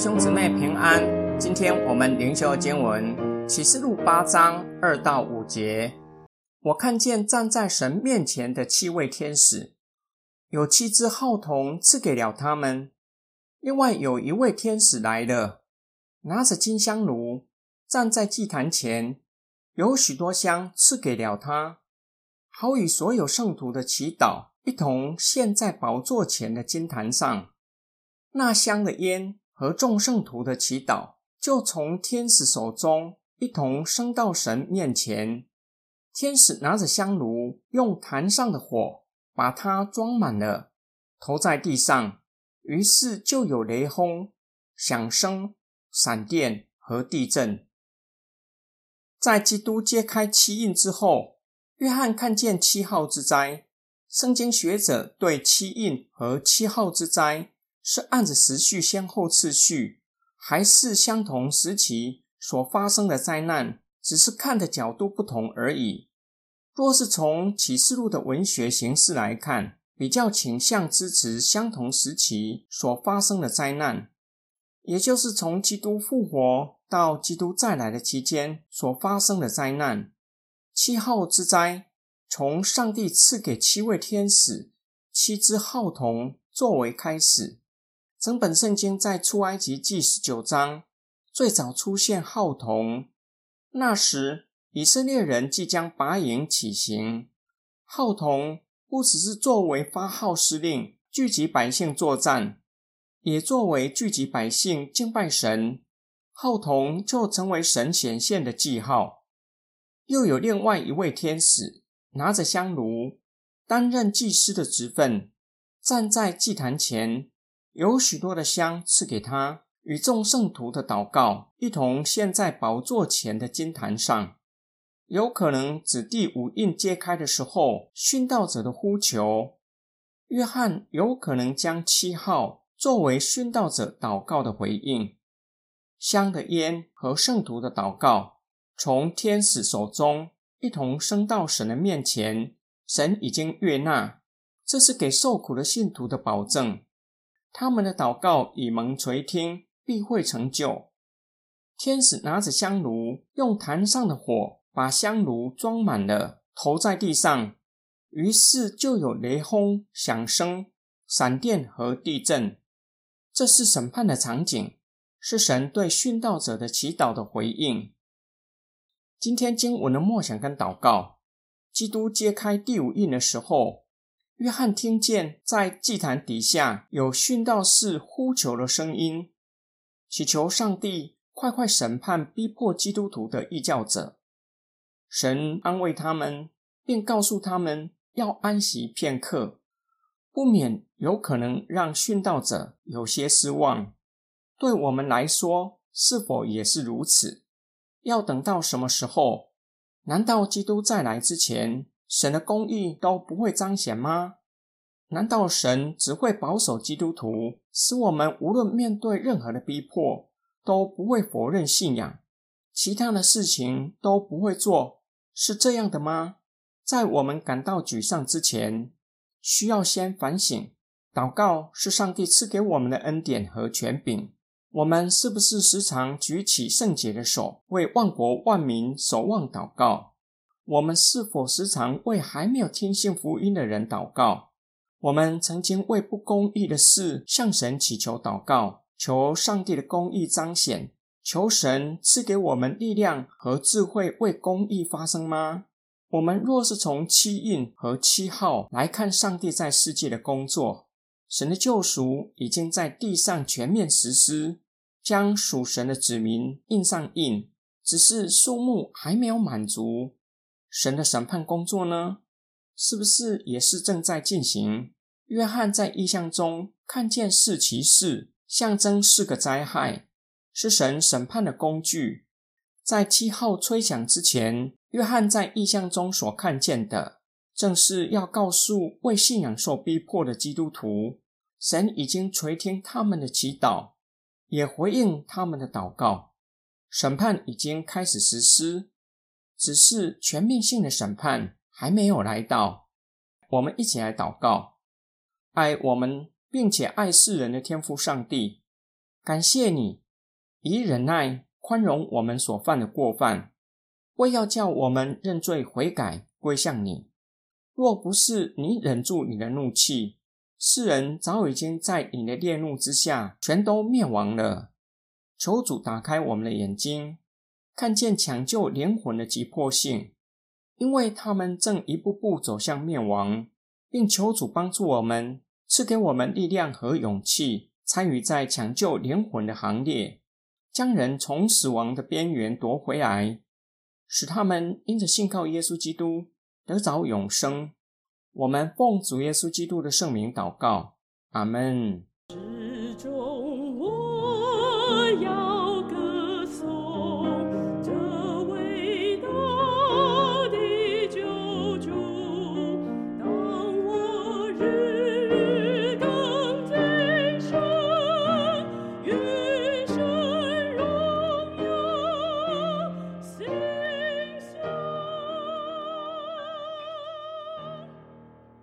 兄姊妹平安。今天我们灵修经文启示录8章2到5节。我看见站在神面前的7位天使，有7只号筒赐给了他们。另外有一位天使来了，拿着金香炉，站在祭坛前，有许多香赐给了他，好与所有圣徒的祈祷一同献在宝座前的金坛上。那香的烟和众圣徒的祈祷就从天使手中一同升到神面前。天使拿着香炉，用坛上的火把它装满了，投在地上，于是就有雷轰、响声、闪电和地震。在基督揭开7印之后，约翰看见7号之灾。圣经学者对7印和7号之灾是按着时序先后次序，还是相同时期所发生的灾难，只是看的角度不同而已。若是从启示录的文学形式来看，比较倾向支持相同时期所发生的灾难，也就是从基督复活到基督再来的期间所发生的灾难。7号之灾从上帝赐给7位天使7只号筒作为开始。整本圣经在出埃及记19章最早出现号筒。那时以色列人即将拔营起行，号筒不只是作为发号施令聚集百姓作战，也作为聚集百姓敬拜神。号筒就成为神显现的记号。又有另外一位天使拿着香炉，担任祭司的职分，站在祭坛前，有许多的香赐给他，与众圣徒的祷告一同献在宝座前的金坛上。有可能指第5印揭开的时候殉道者的呼求。约翰有可能将7号作为殉道者祷告的回应。香的烟和圣徒的祷告从天使手中一同升到神的面前，神已经悦纳，这是给受苦的信徒的保证。他们的祷告已蒙垂听，必会成就。天使拿着香炉，用坛上的火把香炉装满了，投在地上，于是就有雷轰、响声、闪电和地震。这是审判的场景，是神对殉道者的祈祷的回应。今天经文的默想跟祷告，基督揭开第5印的时候，约翰听见在祭坛底下有殉道士呼求的声音，祈求上帝快快审判逼迫基督徒的异教者。神安慰他们，并告诉他们要安息片刻，不免有可能让殉道者有些失望。对我们来说，是否也是如此？要等到什么时候？难道基督再来之前，神的公义都不会彰显吗？难道神只会保守基督徒，使我们无论面对任何的逼迫，都不会否认信仰，其他的事情都不会做，是这样的吗？在我们感到沮丧之前，需要先反省，祷告是上帝赐给我们的恩典和权柄。我们是不是时常举起圣洁的手，为万国万民守望祷告？我们是否时常为还没有听信福音的人祷告？我们曾经为不公义的事向神祈求祷告，求上帝的公义彰显，求神赐给我们力量和智慧为公义发声吗？我们若是从7印和7号来看上帝在世界的工作，神的救赎已经在地上全面实施，将属神的子民印上印，只是数目还没有满足。神的审判工作呢？是不是也是正在进行？约翰在异象中看见4骑士，象征4个灾害，是神审判的工具。在7号吹响之前，约翰在异象中所看见的，正是要告诉为信仰受逼迫的基督徒，神已经垂听他们的祈祷，也回应他们的祷告。审判已经开始实施，只是全面性的审判还没有来到。我们一起来祷告。爱我们并且爱世人的天父上帝， 感谢你，以忍耐宽容我们所犯的过犯，为要叫我们认罪悔改，归向你。若不是你忍住你的怒气，世人早已经在你的烈怒之下全都灭亡了。求主打开我们的眼睛，看见抢救灵魂的急迫性，因为他们正一步步走向灭亡，并求主帮助我们，赐给我们力量和勇气，参与在抢救灵魂的行列，将人从死亡的边缘夺回来，使他们因着信靠耶稣基督得着永生。我们奉主耶稣基督的圣名祷告，阿们。